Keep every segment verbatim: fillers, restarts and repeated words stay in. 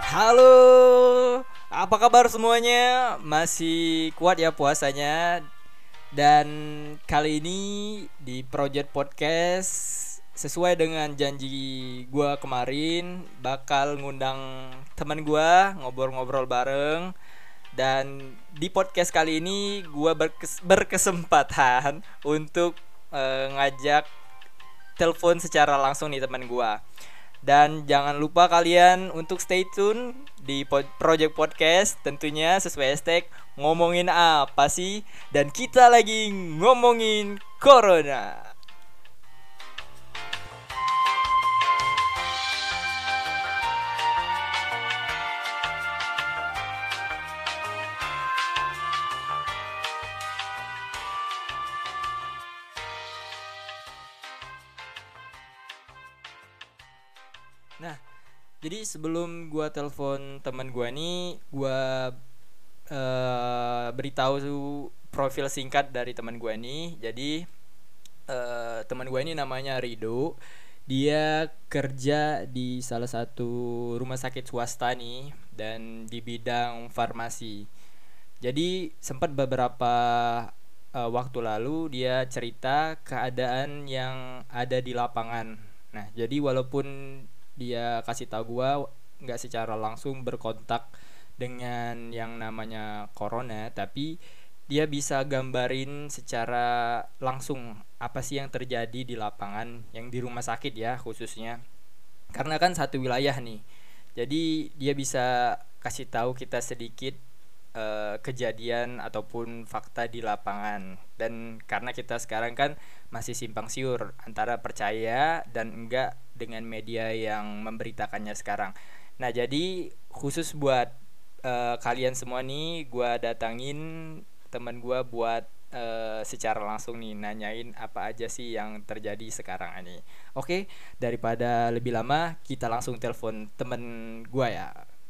Halo, apa kabar semuanya? Masih kuat ya puasanya? Dan kali ini di Project Podcast sesuai dengan janji gua kemarin bakal ngundang teman gua ngobrol-ngobrol bareng. Dan di podcast kali ini gua berkes- berkesempatan untuk eh, ngajak telepon secara langsung nih teman gua. Dan jangan lupa kalian untuk stay tune di Project Podcast tentunya sesuai hashtag ngomongin apa sih, dan kita lagi ngomongin Corona. Nah, jadi sebelum gua telepon teman gua nih, gua eh, beritahu profil singkat dari teman gua nih. Jadi eh, teman gue ini namanya Rido. Dia kerja di salah satu rumah sakit swasta nih dan di bidang farmasi. Jadi sempat beberapa eh, waktu lalu dia cerita keadaan yang ada di lapangan. Nah, jadi walaupun dia kasih tahu gua nggak secara langsung berkontak dengan yang namanya corona, tapi dia bisa gambarin secara langsung apa sih yang terjadi di lapangan, yang di rumah sakit ya khususnya. Karena kan satu wilayah nih. Jadi dia bisa kasih tahu kita sedikit eh, kejadian ataupun fakta di lapangan. Dan karena kita sekarang kan masih simpang siur antara percaya dan enggak dengan media yang memberitakannya sekarang. Nah, jadi khusus buat eh, kalian semua nih, gua datangin teman gua buat eh, secara langsung nih nanyain apa aja sih yang terjadi sekarang ini. Oke, daripada lebih lama kita langsung telepon temen gua ya.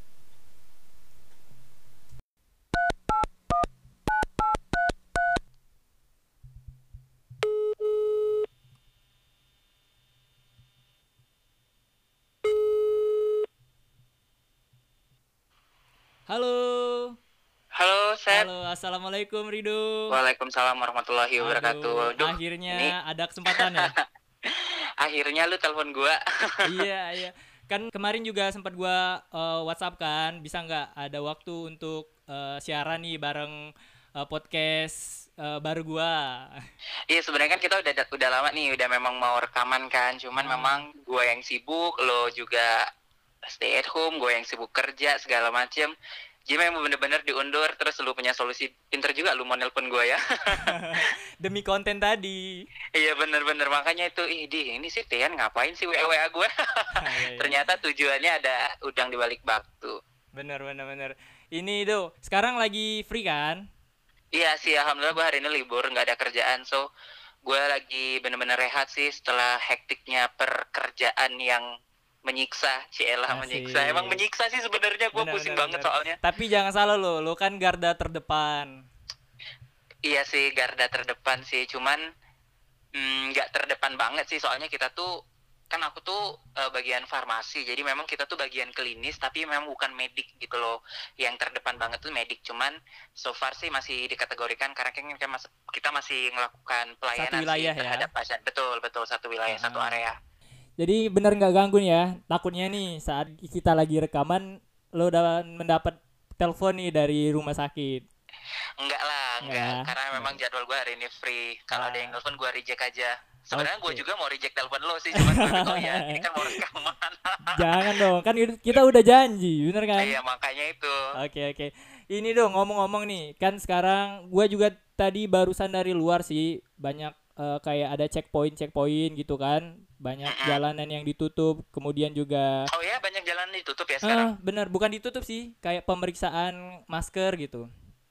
Halo. Halo, Sep. Halo, assalamualaikum Rido. Waalaikumsalam warahmatullahi Aduh, wabarakatuh. Duh, ini akhirnya ada kesempatan ya. akhirnya lu telepon gua. Iya, iya. Kan kemarin juga sempat gua eh, WhatsApp kan, bisa nggak ada waktu untuk eh, siaran nih bareng eh, podcast eh, baru gua. Iya, sebenarnya kan kita udah udah lama nih, udah memang mau rekaman kan. Cuman memang Ah, gua yang sibuk, lo juga stay at home, gua yang sibuk kerja segala macem. Jadi memang bener-bener diundur. Terus lu punya solusi pinter juga, lu mau nelpon gua ya. demi konten tadi. Iya, bener-bener makanya itu, ih di ini sih Tian ngapain sih W A gua? Iya, iya. Ternyata tujuannya ada udang di balik batu. Bener, bener, bener. Ini tuh sekarang lagi free kan? Iya sih, alhamdulillah gue hari ini libur, nggak ada kerjaan, so gue lagi bener-bener rehat sih setelah hektiknya pekerjaan yang menyiksa, cielah menyiksa. Emang Asik. menyiksa sih sebenarnya, gue Bener, pusing bener, banget bener. soalnya. Tapi jangan salah lo, lo kan garda terdepan. Iya sih, garda terdepan sih, cuman mm, nggak mm, terdepan banget sih, soalnya kita tuh kan aku tuh uh, bagian farmasi, jadi memang kita tuh bagian klinis, tapi memang bukan medik gitu loh. Yang terdepan banget tuh medik, cuman so far sih masih dikategorikan karena kan kita masih, kita masih melakukan Satu pelayanan sih wilayah ya. terhadap pasien. Betul, betul, satu wilayah, satu Heeh. area. Jadi bener nggak ganggu nih ya? Takutnya nih saat kita lagi rekaman lo udah mendapat telepon nih dari rumah sakit. Enggak lah, Nggak enggak, ya? karena Nggak. memang jadwal gue hari ini free. Kalau ada yang Ah, telepon gue reject aja. Sebenarnya gue oke. juga mau reject telepon lo sih, cuman gue oh ya ini kan mau rekaman. Jangan dong, kan kita udah janji, bener kan? Iya, makanya itu. Oke, oke. Ini dong ngomong-ngomong nih, kan sekarang gua juga tadi barusan dari luar sih, banyak eh, kayak ada checkpoint checkpoint gitu kan, banyak Mm-mm. jalanan yang ditutup, kemudian juga Oh ya, banyak jalan ditutup ya eh sekarang. bener bukan ditutup sih, kayak pemeriksaan masker gitu.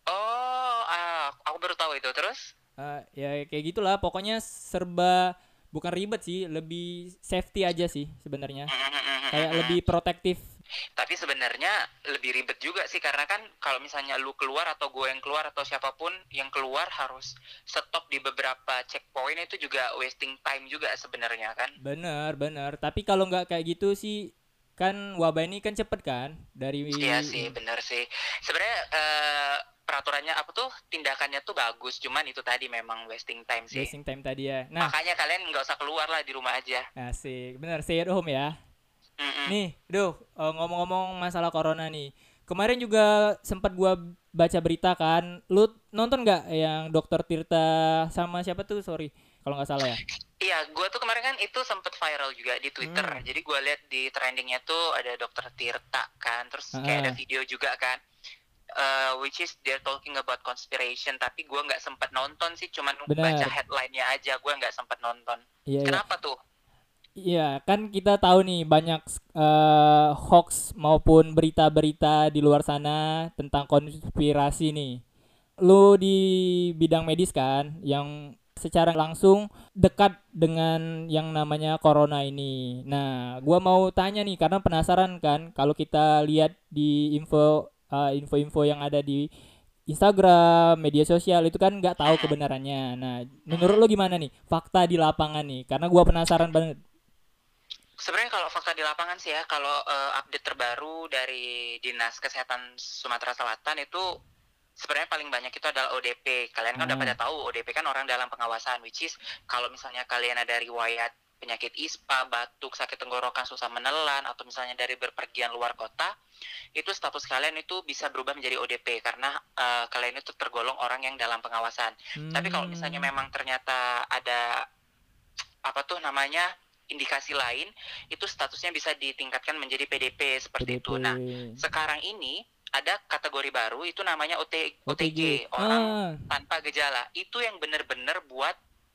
Oh, ah, aku baru tahu itu. Terus? Eh, ya kayak gitulah, pokoknya serba bukan ribet sih, lebih safety aja sih sebenarnya, kayak lebih protektif. Tapi sebenarnya lebih ribet juga sih karena kan kalau misalnya lu keluar atau gue yang keluar atau siapapun yang keluar harus stop di beberapa checkpoint, itu juga wasting time juga sebenarnya kan. Bener, bener. Tapi kalau nggak kayak gitu sih, kan wabah ini kan cepet kan dari Iya sih, ini. bener sih. Sebenarnya eh, peraturannya apa tuh tindakannya tuh bagus, cuman itu tadi memang wasting time sih. Wasting time tadi ya. Nah, Makanya kalian nggak usah keluar lah di rumah aja. asik. Bener, stay at home ya. Mm-mm. Nih, duh, eh, ngomong-ngomong masalah corona nih. Kemarin juga sempat gua baca berita kan. Lu nonton nggak yang Dokter Tirta sama siapa tuh? Sorry, kalau nggak salah ya. Iya, gue tuh kemarin kan itu sempet viral juga di Twitter. Hmm. Jadi gue lihat di trendingnya tuh ada Dokter Tirta kan, terus kayak ada Ah, video juga kan. Eh, which is they're talking about conspiration, tapi gue nggak sempat nonton sih, cuman baca benar. headline-nya aja, gue nggak sempat nonton. Iya, iya. Kenapa tuh? Iya, kan kita tahu nih banyak eh, hoax maupun berita-berita di luar sana tentang konspirasi nih. Lu di bidang medis kan, yang secara langsung dekat dengan yang namanya corona ini. Nah, gua mau tanya nih karena penasaran kan kalau kita lihat di info eh, info-info yang ada di Instagram, media sosial itu kan nggak tahu Mm-mm. kebenarannya. Nah, menurut Mm-mm. lu gimana nih fakta di lapangan nih? Karena gua penasaran banget. Sebenarnya kalau fakta di lapangan sih ya, kalau eh, update terbaru dari Dinas Kesehatan Sumatera Selatan itu sebenarnya paling banyak itu adalah O D P. Kalian kan udah Ah, pada tahu O D P kan orang dalam pengawasan, which is kalau misalnya kalian ada riwayat penyakit ispa, batuk, sakit tenggorokan, susah menelan, atau misalnya dari berpergian luar kota, itu status kalian itu bisa berubah menjadi O D P karena uh, kalian itu tergolong orang yang dalam pengawasan. Tapi kalau misalnya hmm, memang ternyata ada apa tuh namanya indikasi lain, itu statusnya bisa ditingkatkan menjadi P D P seperti P D P, itu. Nah, sekarang ini ada kategori baru itu namanya O T, O T G, O T G. orang Ah, tanpa gejala. Itu yang benar-benar buat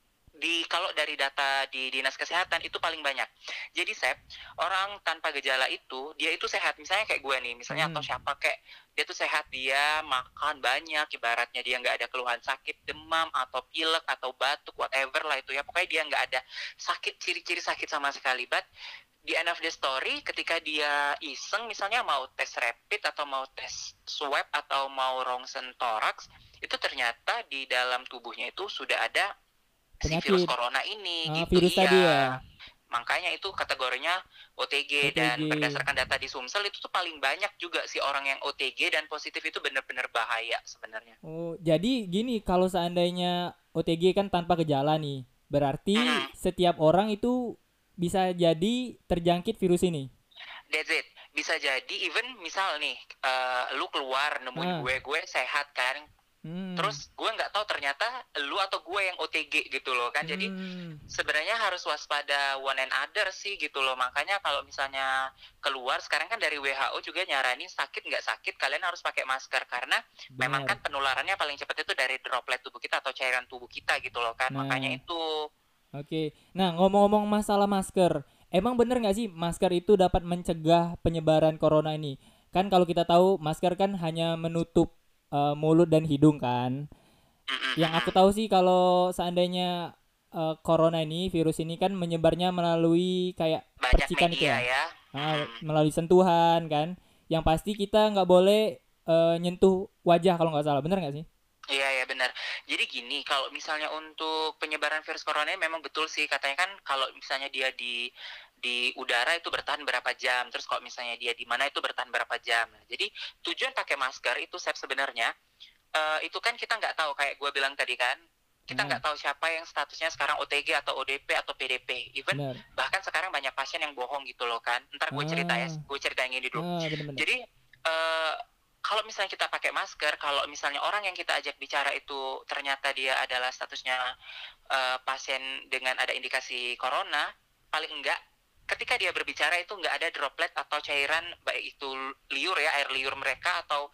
di kalau dari data di dinas kesehatan itu paling banyak. Jadi Sep, orang tanpa gejala itu dia itu sehat. Misalnya kayak gue nih, misalnya atau hmm, siapa kayak dia tuh sehat, dia makan banyak, ibaratnya dia nggak ada keluhan sakit, demam atau pilek atau batuk whatever lah itu ya. Pokoknya dia nggak ada sakit, ciri-ciri sakit sama sekali. But di end of the story ketika dia iseng misalnya mau tes rapid atau mau tes swab atau mau rongsen toraks, itu ternyata di dalam tubuhnya itu sudah ada si virus penyakit. corona ini Ah, gitu. virus tadi ya. Iya, makanya itu kategorinya O T G, dan O T G. berdasarkan data di Sumsel itu tuh paling banyak juga sih orang yang O T G dan positif itu benar-benar bahaya sebenarnya. Oh, jadi gini kalau seandainya O T G kan tanpa gejala nih, berarti Mm-mm. setiap orang itu bisa jadi terjangkit virus ini. That's it. Bisa jadi even misal nih uh, lu keluar nemuin Ah, gue, gue sehat kan, hmm, terus gue nggak tahu ternyata lu atau gue yang O T G gitu loh kan. Jadi hmm, sebenarnya harus waspada one and other sih gitu loh. Makanya kalau misalnya keluar sekarang kan dari W H O juga nyaranin sakit nggak sakit kalian harus pakai masker, karena memang benar. kan penularannya paling cepat itu dari droplet tubuh kita atau cairan tubuh kita gitu loh kan. Makanya Nah, itu oke. Nah, ngomong-ngomong masalah masker, emang bener nggak sih masker itu dapat mencegah penyebaran corona ini? Kan kalau kita tahu masker kan hanya menutup eh, mulut dan hidung kan. mm, mm, Yang mm, aku mm. tahu sih kalau seandainya eh, corona ini, virus ini kan menyebarnya melalui kayak Banyak percikan itu media ya. ya. Mm, Ah, mm. melalui sentuhan kan. Yang pasti kita nggak boleh eh, nyentuh wajah kalau nggak salah. Bener nggak sih? Iya ya benar. Jadi gini, kalau misalnya untuk penyebaran virus corona memang betul sih katanya kan kalau misalnya dia di di udara itu bertahan berapa jam, terus kalau misalnya dia di mana itu bertahan berapa jam. Nah, jadi tujuan pakai masker itu Sep, sebenarnya eh, itu kan kita nggak tahu kayak gue bilang tadi kan, kita Ah, nggak tahu siapa yang statusnya sekarang O T G atau O D P atau P D P. Even benar. bahkan sekarang banyak pasien yang bohong gitu loh kan. Ntar gue cerita ya, Ah, gue cerita yang ini dulu. ah benar-benar. Jadi eh, kalau misalnya kita pakai masker, kalau misalnya orang yang kita ajak bicara itu ternyata dia adalah statusnya eh, pasien dengan ada indikasi corona, paling enggak ketika dia berbicara itu enggak ada droplet atau cairan baik itu liur ya, air liur mereka atau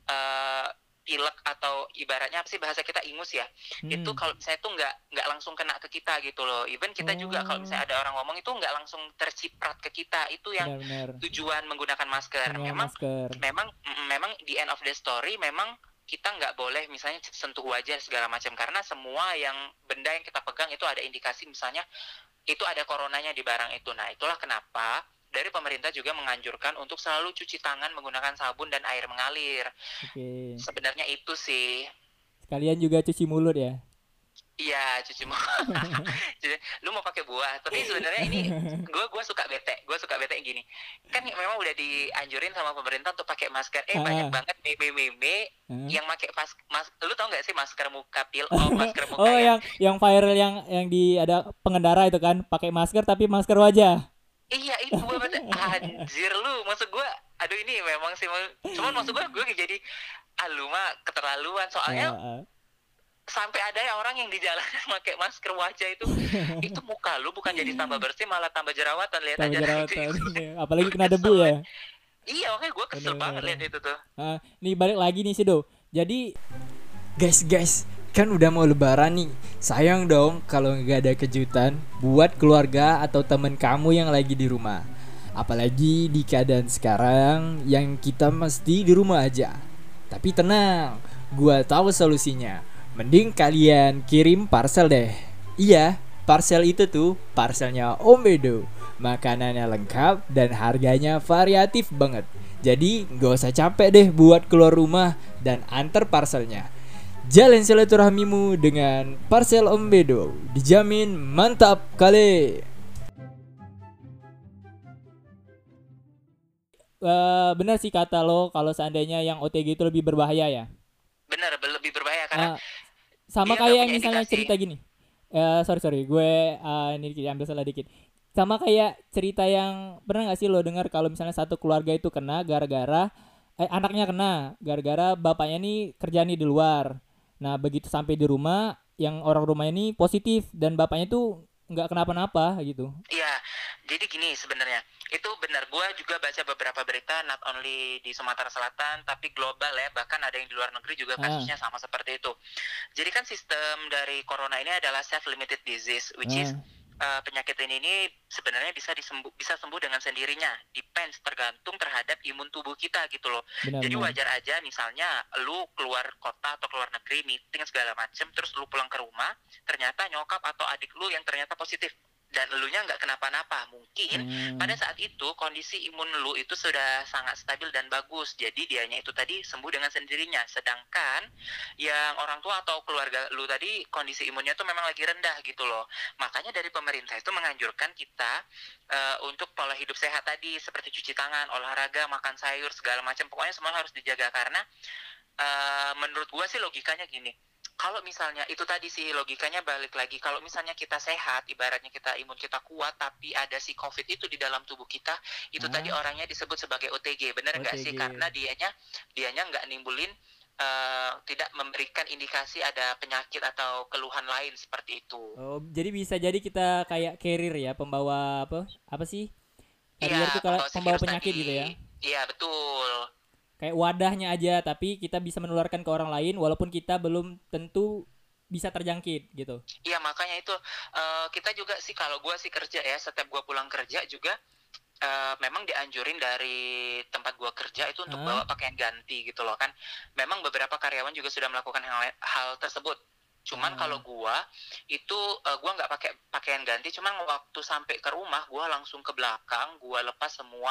eh, pilek atau ibaratnya apa sih bahasa kita ingus ya, itu Hmm. kalau misalnya itu nggak nggak langsung kena ke kita gitu loh. Even kita juga kalau Oh, misalnya ada orang ngomong itu nggak langsung terciprat ke kita, itu yang benar-benar. tujuan menggunakan masker. Menggunakan Memang masker. memang memang di end of the story memang kita nggak boleh misalnya sentuh wajah segala macam, karena semua yang benda yang kita pegang itu ada indikasi misalnya itu ada coronanya di barang itu. Nah itulah kenapa dari pemerintah juga menganjurkan untuk selalu cuci tangan menggunakan sabun dan air mengalir. Oke. Sebenarnya itu sih. Sekalian juga cuci mulut ya. Iya, cuci muka. Jadi, lu mau pakai buah, tapi sebenarnya ini gue gue suka bete, gue suka bete gini. Kan memang udah dianjurin sama pemerintah untuk pakai masker. Eh banyak Ah, banget meme-meme ah. yang pakai pas mas, lu tau nggak sih masker muka pil oh masker muka Oh, yang yang yang viral yang yang di ada pengendara itu kan pakai masker tapi masker wajah. iya itu gue bete anjir lu maksud gue aduh ini memang sih cuman maksud gue gue jadi ah lu mah keterlaluan soalnya Ah, ah. sampai ada ya orang yang di jalan pakai masker wajah itu itu muka lu bukan jadi tambah bersih malah tambah jerawatan lihat Tambah aja dah itu jerawatan. gue, Apalagi gue kena debu kesel ya. banget. Iya makanya gue kesel banget lihat Bener-bener. itu tuh. Ah, nih balik lagi nih sih Do. Jadi guys guys kan udah mau lebaran nih. Sayang dong kalau nggak ada kejutan buat keluarga atau temen kamu yang lagi di rumah. Apalagi di keadaan sekarang yang kita mesti di rumah aja. Tapi tenang, gua tahu solusinya. Mending kalian kirim parcel deh. Iya, parcel itu tuh parcelnya Om Bedo. Makanannya lengkap dan harganya variatif banget. Jadi gak usah capek deh buat keluar rumah dan antar parcelnya. Jalin silaturahmimu dengan parcel Om Bedo. Dijamin mantap kali. Eh, benar sih kata lo kalau seandainya yang O T G itu lebih berbahaya ya. Bener lebih berbahaya karena Eh, sama dia nggak kayak yang punya misalnya indikasi. cerita gini. Eh sorry sorry, gue eh, ini dikit, ambil salah dikit. Sama kayak cerita yang pernah nggak sih lo dengar kalau misalnya satu keluarga itu kena gara-gara eh, anaknya kena gara-gara bapaknya nih kerja nih di luar. Nah begitu sampai di rumah, yang orang rumah ini positif dan bapaknya tuh nggak kenapa-napa gitu. Iya, jadi gini sebenarnya itu benar. Gua juga baca beberapa berita not only di Sumatera Selatan tapi global ya, bahkan ada yang di luar negeri juga Ah, kasusnya sama seperti itu. Jadi kan sistem dari corona ini adalah self limited disease, which is ah, uh, penyakit ini, ini sebenarnya bisa disembuh bisa sembuh dengan sendirinya, depends tergantung terhadap imun tubuh kita gitu loh. Jadi benar-benar. wajar aja misalnya lu keluar kota atau keluar negeri meeting segala macem terus lu pulang ke rumah ternyata nyokap atau adik lu yang ternyata positif dan elunya nggak kenapa-napa, mungkin pada Hmm, saat itu kondisi imun lu itu sudah sangat stabil dan bagus, jadi dianya itu tadi sembuh dengan sendirinya. Sedangkan yang orang tua atau keluarga lu tadi kondisi imunnya tuh memang lagi rendah gitu loh. Makanya dari pemerintah itu menganjurkan kita uh, untuk pola hidup sehat tadi seperti cuci tangan, olahraga, makan sayur segala macam, pokoknya semua harus dijaga karena uh, menurut gua sih logikanya gini, kalau misalnya itu tadi sih logikanya balik lagi, kalau misalnya kita sehat, ibaratnya kita imun kita kuat, tapi ada si COVID itu di dalam tubuh kita, itu tadi ah, orangnya disebut sebagai O T G, bener nggak sih? O T G. Karena dianya dianya nggak nimbulin, uh, tidak memberikan indikasi ada penyakit atau keluhan lain seperti itu. Oh, jadi bisa jadi kita kayak carrier ya, pembawa apa? Apa sih? Carrier tuh Iya, kalau pembawa si pembawa virus penyakit tadi. gitu ya. Iya betul. Kayak wadahnya aja, tapi kita bisa menularkan ke orang lain walaupun kita belum tentu bisa terjangkit gitu. Iya makanya itu uh, kita juga sih kalau gue sih kerja ya, setiap gue pulang kerja juga uh, memang dianjurin dari tempat gue kerja itu untuk Ah, bawa pakaian ganti gitu loh kan. Memang beberapa karyawan juga sudah melakukan hal, hal tersebut. Cuman kalau ah. gue itu uh, gue nggak pakai pakaian ganti, cuman waktu sampai ke rumah gue langsung ke belakang, gue lepas semua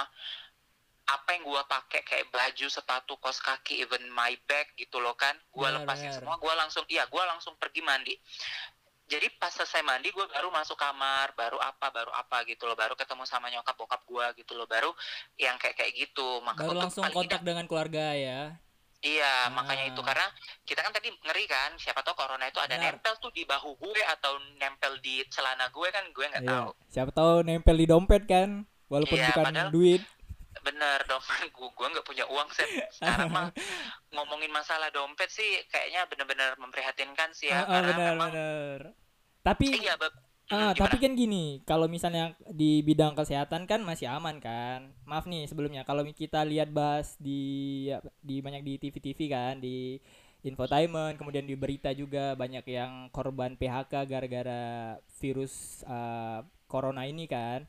apa yang gue pakai kayak baju, sepatu, kaos kaki, even my bag gitu loh kan. Gue lepasin Benar-benar. semua, gue langsung iya gue langsung pergi mandi. Jadi pas selesai mandi gue baru masuk kamar, baru apa baru apa gitu loh, baru ketemu sama nyokap bokap gue gitu loh, baru yang kayak kayak gitu. Maka Baru untuk langsung paling kontak tidak dengan keluarga ya. iya makanya itu Ah, karena kita kan tadi ngeri kan, siapa tahu corona itu ada benar. nempel tuh di bahu gue atau nempel di celana gue kan gue nggak Iya, tahu. siapa tahu nempel di dompet kan, walaupun Iya bukan padahal duit. bener dong gue gue nggak punya uang Sep. Sekarang mah ngomongin masalah dompet sih kayaknya bener-bener memprihatinkan sih Ah, ya ah, karena memang benar-benar. Tapi iya be- mm, ah, tapi gimana. kan gini, kalau misalnya di bidang kesehatan kan masih aman kan. Maaf nih sebelumnya, kalau kita lihat bahas di di banyak di T V T V kan, di infotainment, kemudian di berita juga banyak yang korban P H K gara-gara virus ah, corona ini kan.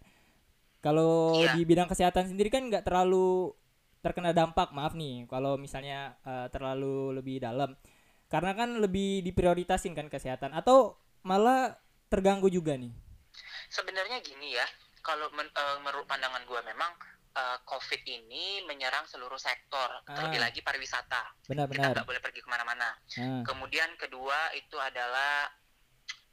Kalau Iya di bidang kesehatan sendiri kan nggak terlalu terkena dampak, maaf nih, kalau misalnya eh, terlalu lebih dalam. Karena kan lebih diprioritasin kan kesehatan atau malah terganggu juga nih. sebenarnya gini ya, kalau men, uh, menurut pandangan gue memang uh, COVID ini menyerang seluruh sektor, terlebih Ah, lagi pariwisata. Kita benar-benar. nggak boleh pergi kemana-mana. Ah, Kemudian kedua itu adalah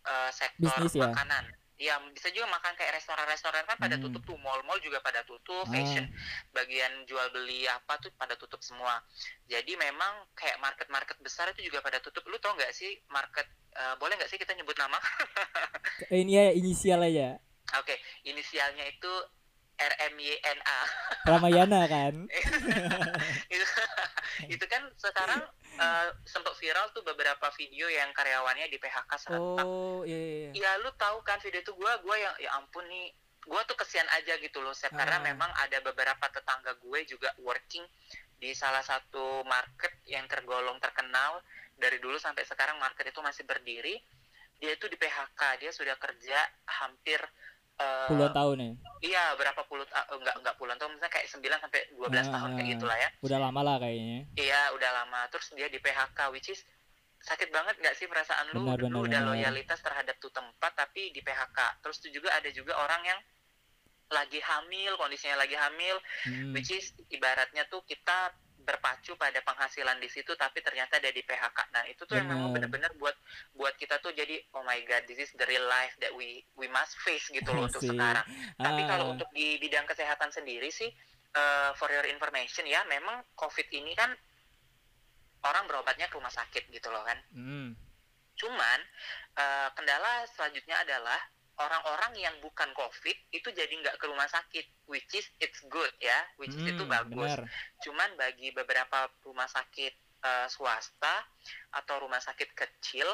uh, sektor Bisnis ya. makanan. Ya bisa juga makan kayak restoran-restoran kan pada Hmm. tutup tuh, mall-mall juga pada tutup, Ah. fashion bagian jual beli apa tuh pada tutup semua. Jadi memang kayak market-market besar itu juga pada tutup. Lu tau nggak sih market, uh, boleh nggak sih kita nyebut nama? Ini ya inisial aja. Oke, okay, inisialnya itu R M Y N A. Ramayana kan. itu, itu kan sekarang uh, sempat viral tuh beberapa video yang karyawannya di P H K serentak. Oh iya iya. Ya lu tahu kan video itu gue gue yang ya ampun nih, gue tuh kesian aja gitu loh Sep, Ah. karena memang ada beberapa tetangga gue juga working di salah satu market yang tergolong terkenal dari dulu sampai sekarang market itu masih berdiri. Dia itu di P H K, dia sudah kerja hampir uh, puluhan tahun ya. Iya, berapa puluh uh, enggak enggak puluhan tahun, misalnya kayak sembilan sampai dua belas ah, tahun kayak gitulah ya. Udah lama lah kayaknya. Iya, udah lama. Terus dia di P H K, which is sakit banget gak sih perasaan lu? Benar, Lu benar, udah benar. loyalitas terhadap tuh tempat tapi di P H K. Terus tuh juga ada juga orang yang lagi hamil, kondisinya lagi hamil, hmm. which is ibaratnya tuh kita berpacu pada penghasilan di situ tapi ternyata ada di P H K. Nah, itu tuh yang memang benar-benar buat buat kita tuh jadi oh my god, this is the real life that we we must face gitu loh untuk sekarang. Ah. Tapi kalau untuk di bidang kesehatan sendiri sih, uh, for your information ya, memang COVID ini kan orang berobatnya ke rumah sakit gitu loh kan. Hmm. Cuman uh, kendala selanjutnya adalah orang-orang yang bukan COVID itu jadi nggak ke rumah sakit, which is it's good ya, which is hmm, itu bagus. Bener. Cuman bagi beberapa rumah sakit uh, swasta atau rumah sakit kecil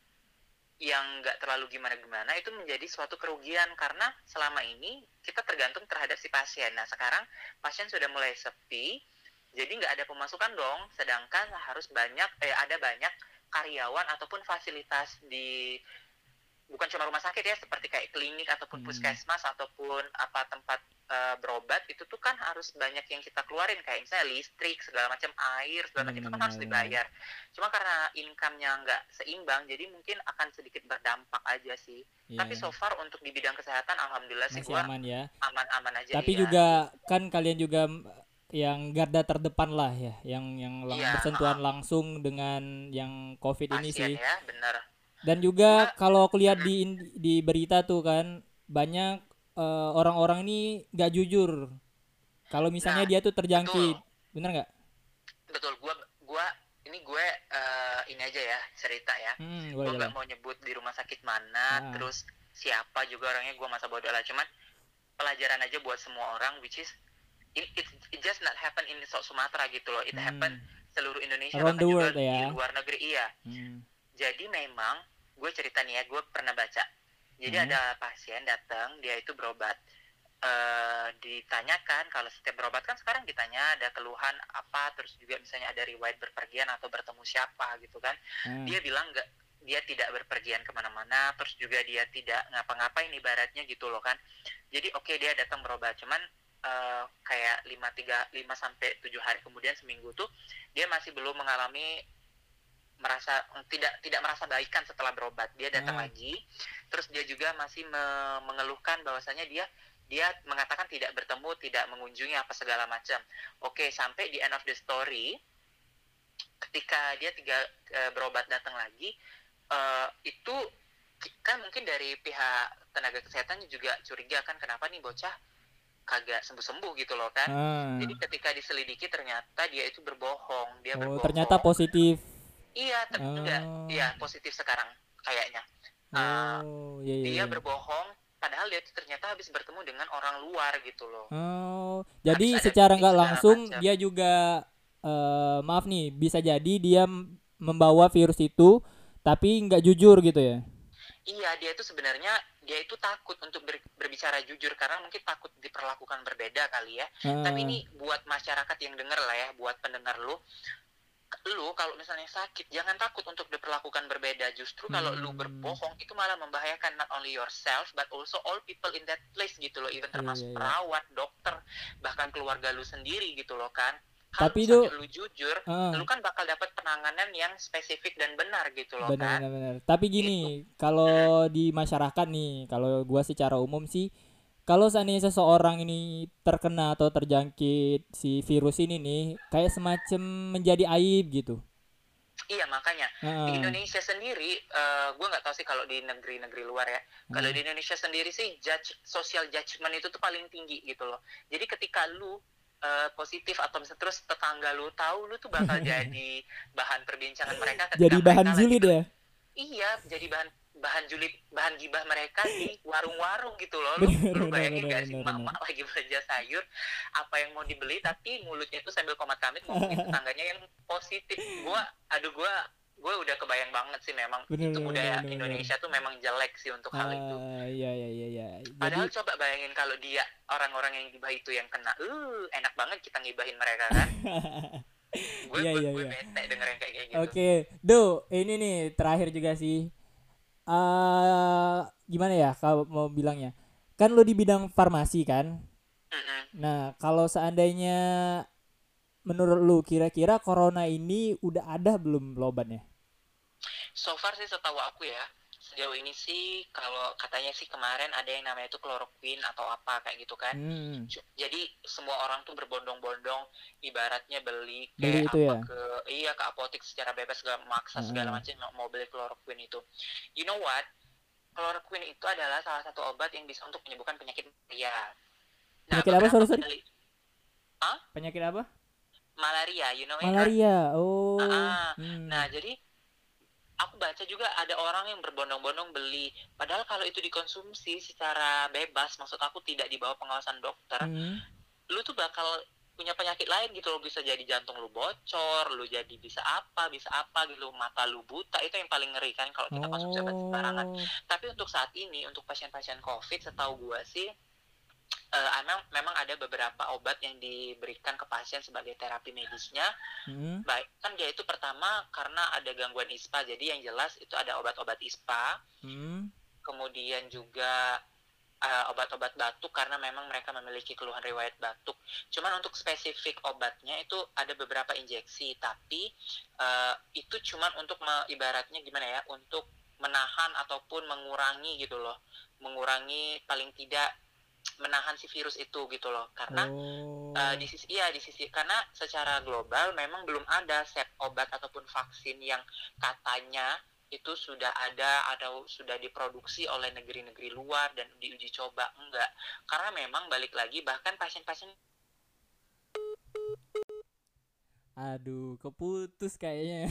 yang nggak terlalu gimana-gimana itu menjadi suatu kerugian karena selama ini kita tergantung terhadap si pasien. Nah sekarang pasien sudah mulai sepi, jadi nggak ada pemasukan dong. Sedangkan harus banyak, eh ada banyak karyawan ataupun fasilitas di bukan cuma rumah sakit ya, seperti kayak klinik ataupun hmm. puskesmas ataupun apa tempat uh, berobat itu tuh kan harus banyak yang kita keluarin kayak misalnya listrik segala macam, air segala macam hmm. itu kan harus dibayar. Cuma karena income-nya nggak seimbang jadi mungkin akan sedikit berdampak aja sih. Yeah. Tapi so far untuk di bidang kesehatan alhamdulillah masih sih gua aman ya. Aman-aman aja. Tapi ya. juga kan kalian juga yang garda terdepan lah ya, yang yang lang- yeah, bersentuhan uh, langsung dengan yang COVID pasien ini sih. Ya, bener. Dan juga gua, kalau aku lihat di di berita tuh kan banyak uh, orang-orang ini nggak jujur. Kalau misalnya nah, dia tuh terjangkit, betul. Bener nggak? Betul. Gua gua ini gue uh, ini aja ya cerita ya. Hmm, gue nggak mau nyebut di rumah sakit mana, nah. Terus siapa juga orangnya, gue masa bodoh lah. Cuman pelajaran aja buat semua orang, which is it, it, it just not happen in Sumatera gitu loh. It hmm. happen seluruh Indonesia, bahkan juga ya. Di luar negeri iya. Hmm. Jadi memang gue cerita nih ya, gue pernah baca. Jadi hmm. ada pasien datang, dia itu berobat. Uh, ditanyakan kalau setiap berobat kan sekarang ditanya ada keluhan apa, terus juga misalnya ada riwayat berpergian atau bertemu siapa gitu kan. Hmm. Dia bilang nggak, dia tidak berpergian kemana-mana, terus juga dia tidak ngapa-ngapain ibaratnya gitu loh kan. Jadi oke okay, dia datang berobat, cuman uh, kayak lima sampai tujuh hari kemudian, seminggu tuh dia masih belum mengalami merasa tidak tidak merasa baikan setelah berobat. Dia datang hmm. lagi, terus dia juga masih me- mengeluhkan bahwasanya dia dia mengatakan tidak bertemu, tidak mengunjungi apa segala macam. Oke, sampai di end of the story, ketika dia tiga e, berobat datang lagi, e, itu kan mungkin dari pihak tenaga kesehatan juga curiga kan, kenapa nih bocah kagak sembuh-sembuh gitu loh kan. Hmm. Jadi ketika diselidiki ternyata dia itu berbohong, dia oh, berbohong. Ternyata positif. Iya, ternyata oh. Iya positif sekarang kayaknya. Oh, uh, iya, iya. Dia berbohong. Padahal dia ternyata habis bertemu dengan orang luar gitu loh. Oh, jadi secara nggak langsung macam. Dia juga uh, maaf nih, bisa jadi dia membawa virus itu, tapi nggak jujur gitu ya? Iya, dia itu sebenarnya dia itu takut untuk ber, berbicara jujur karena mungkin takut diperlakukan berbeda kali ya. Uh. Tapi ini buat masyarakat yang dengar lah ya, buat pendengar lu. Lu kalau misalnya sakit jangan takut untuk diperlakukan berbeda. Justru hmm. kalau lu berbohong itu malah membahayakan not only yourself but also all people in that place gitu loh, even termasuk yeah, yeah, yeah. perawat, dokter, bahkan keluarga lu sendiri gitu loh kan. Kalau tapi itu lu jujur, uh, lu kan bakal dapat penanganan yang spesifik dan benar gitu loh benar, kan. Benar benar. Tapi gini, kalau di masyarakat nih, kalau gua secara umum sih, kalau seandainya seseorang ini terkena atau terjangkit si virus ini nih, kayak semacam menjadi aib gitu. Iya makanya di Heeh. Indonesia sendiri, uh, gue nggak tahu sih kalau di negeri-negeri luar ya. Kalau Heeh. di Indonesia sendiri sih judge social judgment itu tuh paling tinggi gitu loh. Jadi ketika lu uh, positif atau misalnya terus tetangga lu tahu, lu tuh bakal jadi bahan perbincangan mereka Jadi ketika bahan mereka lagi julid ber ya. iya, jadi bahan bahan julid, bahan gibah mereka di warung-warung gitu loh. Lu Bener lu bener bayangin bener gak sih bener bener. mak-mak lagi belanja sayur, apa yang mau dibeli tapi mulutnya itu sambil komat kamit ngomongin tetangganya yang positif. Gua aduh gua gue udah kebayang banget sih memang Bener itu bener bener budaya bener bener. Indonesia tuh memang jelek sih untuk hal itu. Ah, iya iya iya iya. Padahal Jadi coba bayangin kalau dia orang-orang yang gibah itu yang kena, uh enak banget kita ngibahin mereka kan. gue iya gue iya gue iya. bete denger yang kayak gitu. Oke, Do, ini nih terakhir juga sih. Eh gimana ya kalau mau bilangnya? Kan lu di bidang farmasi kan? Mm-mm. Nah, kalau seandainya menurut lu kira-kira corona ini udah ada belum obatnya? So far sih setahu aku ya, sejauh ini sih kalau katanya sih kemarin ada yang namanya itu chloroquine atau apa kayak gitu kan. Hmm. Jadi semua orang tuh berbondong-bondong ibaratnya beli Beli kayak itu apa ya? ke iya ke apotek secara bebas segala maksa segala Heeh. macam mau beli chloroquine itu. You know what? Chloroquine itu adalah salah satu obat yang bisa untuk menyembuhkan penyakit malaria. Nah, Penyakit apa, beberapa sorry sorry? peneliti Hah? Penyakit apa? Malaria, you know it right? Malaria. Ah, Oh. ah. Hmm. Nah, jadi aku baca juga ada orang yang berbondong-bondong beli. Padahal kalau itu dikonsumsi secara bebas, maksud aku tidak di bawah pengawasan dokter, Hmm. lu tuh bakal punya penyakit lain gitu loh. Bisa jadi jantung lu bocor, lu jadi bisa apa, bisa apa gitu, mata lu buta. Itu yang paling ngeri kan kalau kita konsumsi obat sembarangan. Oh. Tapi untuk saat ini, untuk pasien-pasien COVID, setahu gua sih uh, memang memang ada beberapa obat yang diberikan ke pasien sebagai terapi medisnya. Hmm. Baik, kan dia itu pertama karena ada gangguan ispa, jadi yang jelas itu ada obat-obat ispa. Hmm. Kemudian juga uh, obat-obat batuk karena memang mereka memiliki keluhan riwayat batuk. Cuman untuk spesifik obatnya itu ada beberapa injeksi, tapi uh, itu cuman untuk me- ibaratnya gimana ya, untuk menahan ataupun mengurangi gitu loh, mengurangi paling tidak menahan si virus itu gitu loh. Karena Oh. uh, di sisi iya di sisi karena secara global memang belum ada set obat ataupun vaksin yang katanya itu sudah ada atau sudah diproduksi oleh negeri-negeri luar dan diuji coba. Enggak, karena memang balik lagi bahkan pasien-pasien Aduh, keputus kayaknya.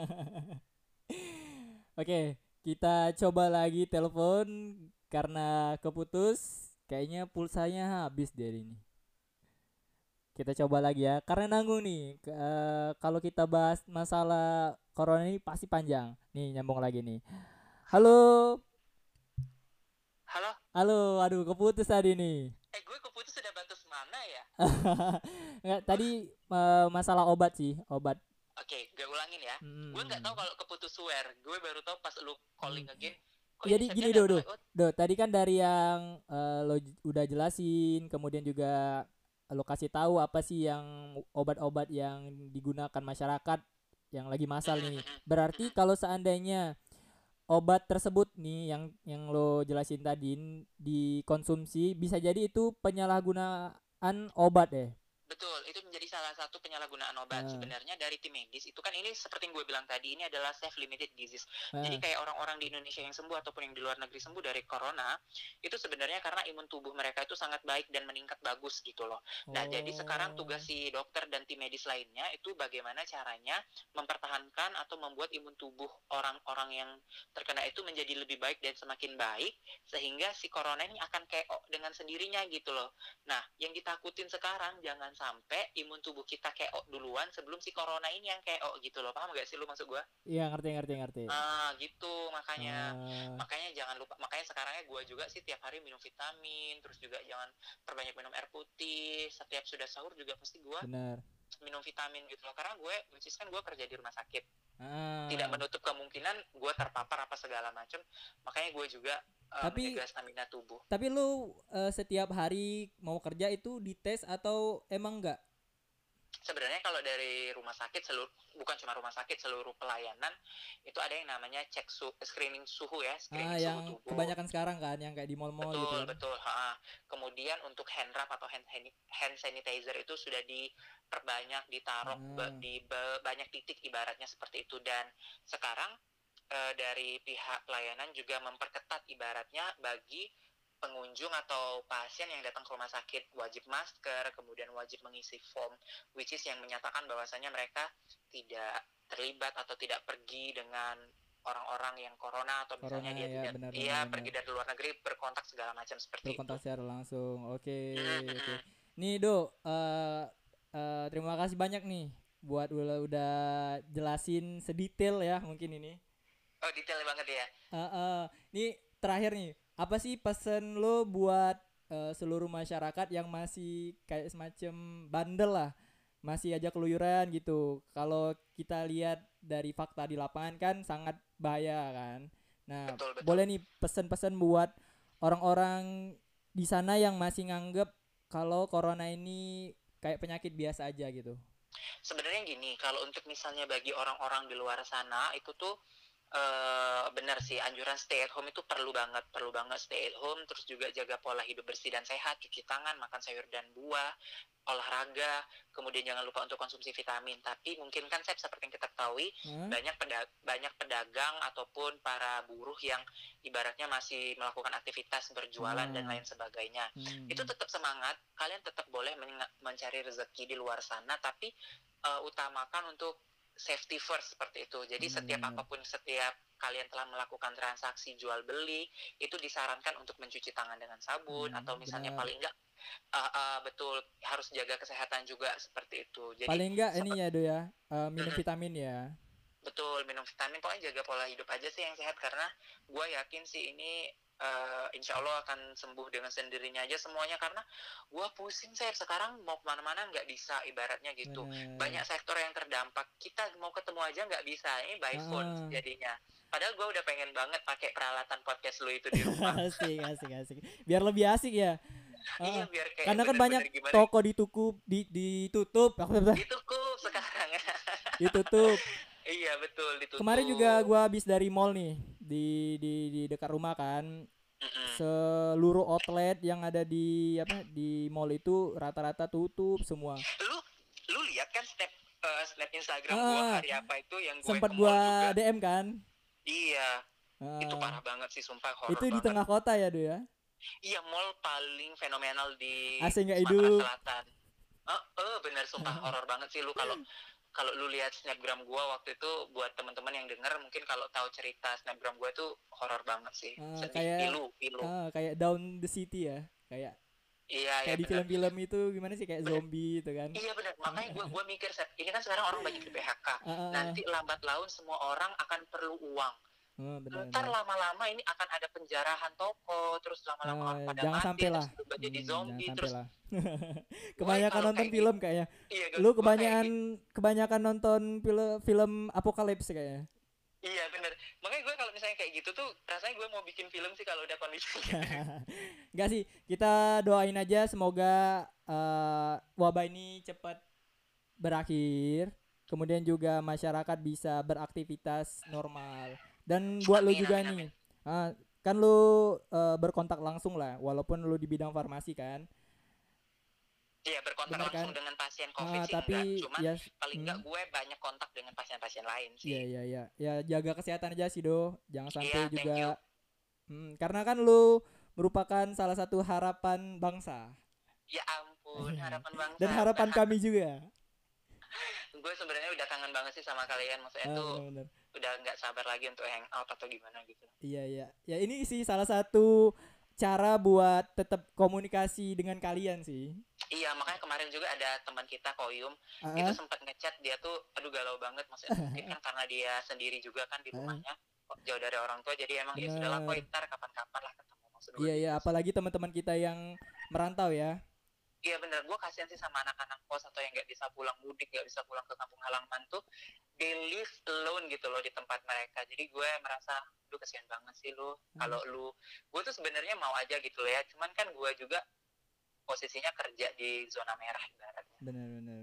Oke, kita coba lagi telepon karena keputus. Kayaknya pulsanya habis dari ini. Kita coba lagi ya, karena nanggung nih. Uh, kalau kita bahas masalah corona ini pasti panjang. Nih nyambung lagi nih. Halo. Halo. Halo, aduh keputus tadi nih. Eh gue keputus sudah batas mana ya? Nggak, tadi uh, masalah obat sih, obat. Oke, okay, gue ulangin ya. Hmm. Gue nggak tahu kalau keputus swear. Gue baru tahu pas lu calling hmm. again. Kok jadi gini do do do tadi kan dari yang uh, lo j- udah jelasin, kemudian juga lo kasih tahu apa sih yang obat-obat yang digunakan masyarakat yang lagi masal nih. Berarti kalau seandainya obat tersebut nih yang yang lo jelasin tadi dikonsumsi, bisa jadi itu penyalahgunaan obat deh. Betul, itu menjadi salah satu penyalahgunaan obat. Uh. Sebenarnya dari tim medis itu kan ini seperti yang gue bilang tadi, ini adalah self limited disease. Uh. Jadi kayak orang-orang di Indonesia yang sembuh ataupun yang di luar negeri sembuh dari corona, itu sebenarnya karena imun tubuh mereka itu sangat baik dan meningkat bagus gitu loh. Nah, oh. jadi sekarang tugas si dokter dan tim medis lainnya itu bagaimana caranya mempertahankan atau membuat imun tubuh orang-orang yang terkena itu menjadi lebih baik dan semakin baik, sehingga si corona ini akan keok dengan sendirinya gitu loh. Nah, yang ditakutin sekarang jangan sampai imun tubuh kita keok duluan sebelum si corona ini yang keok gitu loh. Paham gak sih lu maksud gue? Iya, ngerti ngerti ngerti. Ah gitu, makanya uh. makanya jangan lupa, makanya sekarangnya gue juga sih tiap hari minum vitamin, terus juga jangan perbanyak minum air putih. Setiap sudah sahur juga pasti gue minum vitamin gitu loh, karena gue which is kan gue kerja di rumah sakit. uh. Tidak menutup kemungkinan gue terpapar apa segala macam, makanya gue juga uh, tapi, menjaga stamina tubuh. Tapi lu uh, setiap hari mau kerja itu dites atau emang enggak? Sebenarnya kalau dari rumah sakit seluruh, bukan cuma rumah sakit, seluruh pelayanan itu ada yang namanya cek su, screening suhu ya, Ah, screening suhu yang tubuh. kebanyakan sekarang kan yang kayak di mall-mall gitu Betul, kan. betul. Ha. Kemudian untuk hand wrap atau hand hand sanitizer itu sudah diperbanyak, ditaruh Ah. di banyak titik ibaratnya seperti itu. Dan sekarang eh, dari pihak pelayanan juga memperketat ibaratnya bagi pengunjung atau pasien yang datang ke rumah sakit wajib masker, kemudian wajib mengisi form, which is yang menyatakan bahwasanya mereka tidak terlibat atau tidak pergi dengan orang-orang yang corona atau misalnya Corona dia ya, tidak, benar benar dia benar. pergi dari luar negeri berkontak segala macam seperti itu. Berkontak secara langsung. Oke, oke. Mm-mm. Nih, Do, eh eh, terima kasih banyak nih buat udah udah jelasin sedetail ya mungkin ini. Oh, detail banget ya. Eh eh, nih terakhir nih, apa sih pesan lo buat eh, seluruh masyarakat yang masih kayak semacam bandel lah, masih aja keluyuran gitu. Kalau kita lihat dari fakta di lapangan kan sangat bahaya kan. Nah, Betul, betul. boleh nih pesan-pesan buat orang-orang di sana yang masih nganggep kalau corona ini kayak penyakit biasa aja gitu. Sebenarnya gini, kalau untuk misalnya bagi orang-orang di luar sana itu tuh uh, benar sih, anjuran stay at home itu perlu banget, perlu banget stay at home, terus juga jaga pola hidup bersih dan sehat, cuci tangan, makan sayur dan buah, olahraga, kemudian jangan lupa untuk konsumsi vitamin. Tapi mungkin kan Sep, seperti yang kita ketahui, Hah? banyak pedag banyak pedagang ataupun para buruh yang ibaratnya masih melakukan aktivitas berjualan Ah. dan lain sebagainya. Hmm. Itu tetap semangat, kalian tetap boleh mencari rezeki di luar sana, tapi uh, utamakan untuk safety first seperti itu. Jadi Benar, setiap benar. apapun, setiap kalian telah melakukan transaksi jual beli, itu disarankan untuk mencuci tangan dengan sabun, Hmm, atau misalnya benar. paling enggak uh, uh, betul harus jaga kesehatan juga seperti itu. Jadi Paling enggak ini sepet- ya, Do ya, eh, minum Mm-mm. vitamin ya. betul, minum vitamin, pokoknya jaga pola hidup aja sih yang sehat, karena gue yakin sih ini uh, insya Allah akan sembuh dengan sendirinya aja semuanya, karena gue pusing saya sekarang mau kemana-mana nggak bisa ibaratnya gitu. Bener. Banyak sektor yang terdampak, kita mau ketemu aja nggak bisa, ini by phone Ah. jadinya. Padahal gue udah pengen banget pakai peralatan podcast lu itu di rumah. Asik, asik, asik. Biar lebih asik ya. Iya, Ah, biar kayak karena kan banyak bener-bener gimana toko ditutup, di ditutup, ditutup sekarang. ditutup. Iya betul, ditutup. Kemarin juga gua habis dari mall nih, di di di dekat rumah kan. Mm-mm. Seluruh outlet yang ada di apa di mall itu rata-rata tutup semua. Lu lu lihat kan snap uh, snap Instagram Ah, gua hari apa itu yang gue sempat ke mall juga. gua D M kan. Iya, Ah, itu parah banget sih, sumpah horor itu di banget. tengah kota ya, Do ya. Iya, mall paling fenomenal di A C nggak Sumatera hidup. Selatan. Eh, uh, bener sumpah horor banget sih lu kalau kalau lu lihat snapgram gua waktu itu, buat teman-teman yang denger mungkin kalau tahu cerita snapgram gua tuh horor banget sih. Ah, Sedih, kayak pilu, pilu. ah, kayak Down the City ya, kayak Iya, kayak ya di bener. film-film itu gimana sih kayak Bener. zombie itu kan. Iya benar, makanya gue gue mikir Seth, ini kan sekarang orang banyak di P H K. Ah, ah, ah. Nanti lambat laun semua orang akan perlu uang. Oh, benar, Ntar benar. lama-lama ini akan ada penjarahan toko, terus lama-lama orang Eh, pada jangan mati, sampai lah. terus berubah jadi Hmm, zombie, jangan sampai terus lah. Kebanyakan kalau nonton kayak film kayaknya. iya, Lu gua kebanyakan kayak gitu. kebanyakan nonton film film apokalips kayaknya. Iya bener, makanya gue kalau misalnya kayak gitu tuh rasanya gue mau bikin film sih kalau udah kondisi gitu. Enggak sih, kita doain aja semoga eh, wabah ini cepat berakhir. Kemudian juga masyarakat bisa beraktivitas normal. Dan buat lu Amin, juga amin, nih, amin. ah, kan lu eh, berkontak langsung lah, walaupun lu di bidang farmasi kan. Iya, berkontak Bener langsung kan? dengan pasien COVID Ah, sih tapi enggak, cuman ya, paling enggak hmm, gue banyak kontak dengan pasien-pasien lain sih. iya iya iya, ya jaga kesehatan aja sih Do, jangan sampai Iya, thank you. juga, hmm, karena kan lu merupakan salah satu harapan bangsa Ya ampun, harapan bangsa. dan harapan Bukan kami juga. gue sebenarnya udah kangen banget sih sama kalian, maksudnya Ah, tuh bener-bener. udah nggak sabar lagi untuk hangout atau gimana gitu. Iya iya, ya ini sih salah satu cara buat tetap komunikasi dengan kalian sih. Iya, makanya kemarin juga ada teman kita Koyum, Ah, itu ah, sempat ngechat, dia tuh aduh galau banget, maksudnya mungkin kan karena dia sendiri juga kan di ah, rumahnya kok jauh dari orang tua, jadi emang ya sudahlah kok, bener. ntar kapan-kapan lah ketemu, maksud gue Iya iya, gitu. apalagi teman-teman kita yang merantau ya. Iya bener, gue kasihan sih sama anak-anak kos atau yang nggak bisa pulang mudik, nggak bisa pulang ke kampung halaman tuh, they live alone gitu loh di tempat mereka. Jadi gue merasa, lu kasihan banget sih lu. Kalau lu, gue tuh sebenarnya mau aja gitu loh ya, cuman kan gue juga posisinya kerja di zona merah ibaratnya. Bener bener bener.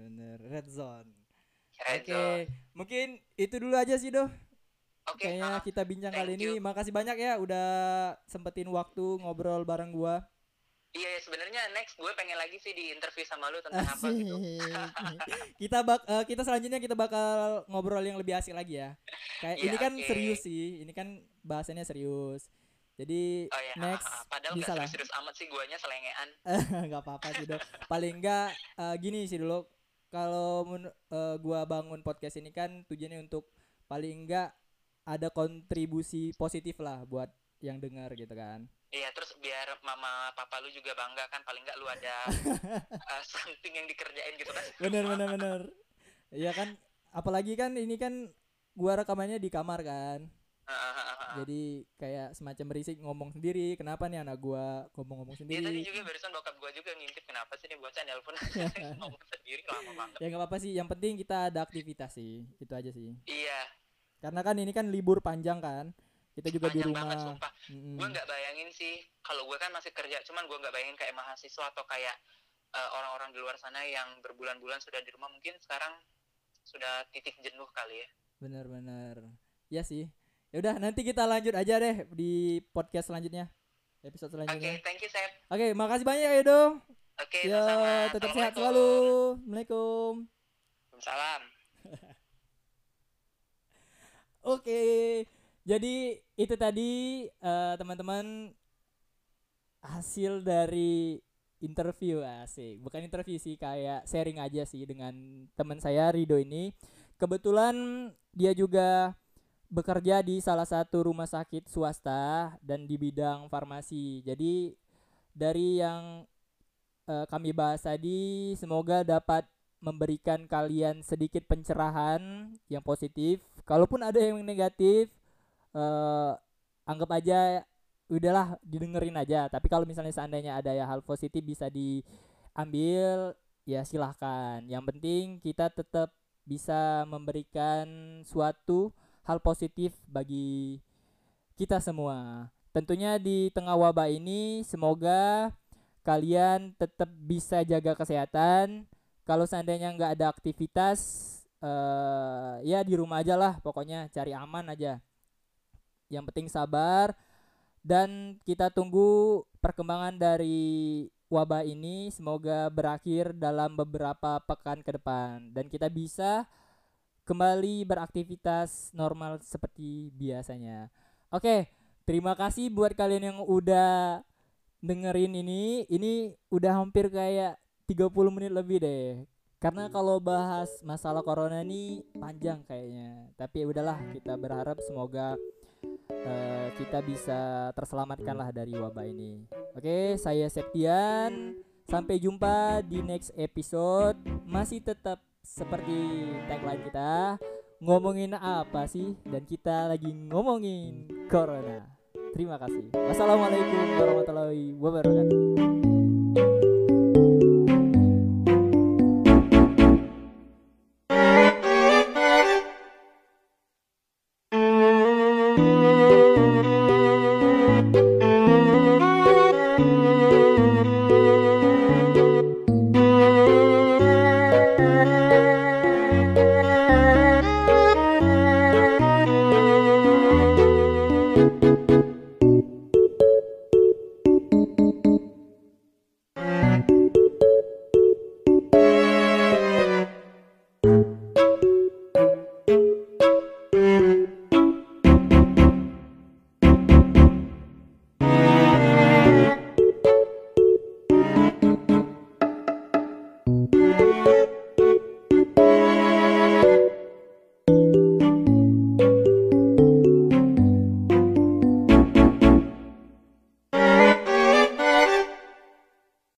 Red Zone. Red Oke, Zone. mungkin itu dulu aja sih doh. Oke, Kayaknya ah, kita bincang thank kali ini. you. Makasih banyak ya udah sempetin waktu ngobrol bareng gua. Iya, ya, sebenarnya next gue pengen lagi sih di interview sama lu tentang apa gitu. kita bak eh, kita selanjutnya kita bakal ngobrol yang lebih asik lagi ya. Kayak Iya, ini kan oke. serius sih. Ini kan bahasannya serius. Jadi Oh ya, next padahal nggak bisa lah. serius-serius amat sih guanya selengean. Nggak apa-apa sih dok. Paling enggak eh, gini sih dulu. Kalau men- eh, gua bangun podcast ini kan tujuannya untuk paling enggak ada kontribusi positif lah buat yang dengar gitu kan. Iya, terus biar mama papa lu juga bangga kan, paling nggak lu ada uh, something yang dikerjain gitu kan. Bener bener bener. Iya kan. Apalagi kan ini kan gua rekamannya di kamar kan. Jadi kayak semacam berisik ngomong sendiri. Kenapa nih anak gua ngomong-ngomong Iya, sendiri? tadi juga barusan bokap gua juga ngintip kenapa sih nih bocah nelpon ngomong sendiri lama banget. Ya nggak apa-apa sih. Yang penting kita ada aktivitas sih. Itu aja sih. Iya, Karena kan ini kan libur panjang kan. Kita juga di panjang rumah. banget sumpah. Mm-mm. Gue nggak bayangin sih, kalau gue kan masih kerja, cuman gue nggak bayangin kayak mahasiswa atau kayak uh, orang-orang di luar sana yang berbulan-bulan sudah di rumah, mungkin sekarang sudah titik jenuh kali ya. Bener-bener. Ya sih. Ya udah nanti kita lanjut aja deh di podcast selanjutnya. Episode Oke, selanjutnya. thank you, Sep. Oke, makasih banyak ya Edo. Oke, Ya, sama-sama. tetap sehat Assalamualaikum. selalu. Assalamualaikum. Salam. Oke. Jadi itu tadi eh, teman-teman hasil dari interview asik. Bukan interview sih, kayak sharing aja sih dengan teman saya Rido ini. Kebetulan dia juga bekerja di salah satu rumah sakit swasta dan di bidang farmasi. Jadi dari yang eh, kami bahas tadi semoga dapat memberikan kalian sedikit pencerahan yang positif. Kalaupun ada yang negatif, eh, anggap aja udahlah didengerin aja. Tapi kalau misalnya seandainya ada ya hal positif bisa diambil, ya silahkan. Yang penting kita tetap bisa memberikan suatu hal positif bagi kita semua. Tentunya di tengah wabah ini semoga kalian tetap bisa jaga kesehatan. Kalau seandainya nggak ada aktivitas, eh, ya di rumah aja lah. Pokoknya cari aman aja. Yang penting sabar dan kita tunggu perkembangan dari wabah ini semoga berakhir dalam beberapa pekan ke depan dan kita bisa kembali beraktivitas normal seperti biasanya. Oke, terima kasih buat kalian yang udah dengerin ini. Ini udah hampir kayak tiga puluh menit lebih deh. Karena kalau bahas masalah corona ini panjang kayaknya. Tapi udahlah, kita berharap semoga uh, kita bisa terselamatkan lah dari wabah ini. Oke, saya Septian. Sampai jumpa di next episode. Masih tetap seperti tagline kita, ngomongin apa sih? Dan kita lagi ngomongin corona. Terima kasih. Wassalamualaikum warahmatullahi wabarakatuh.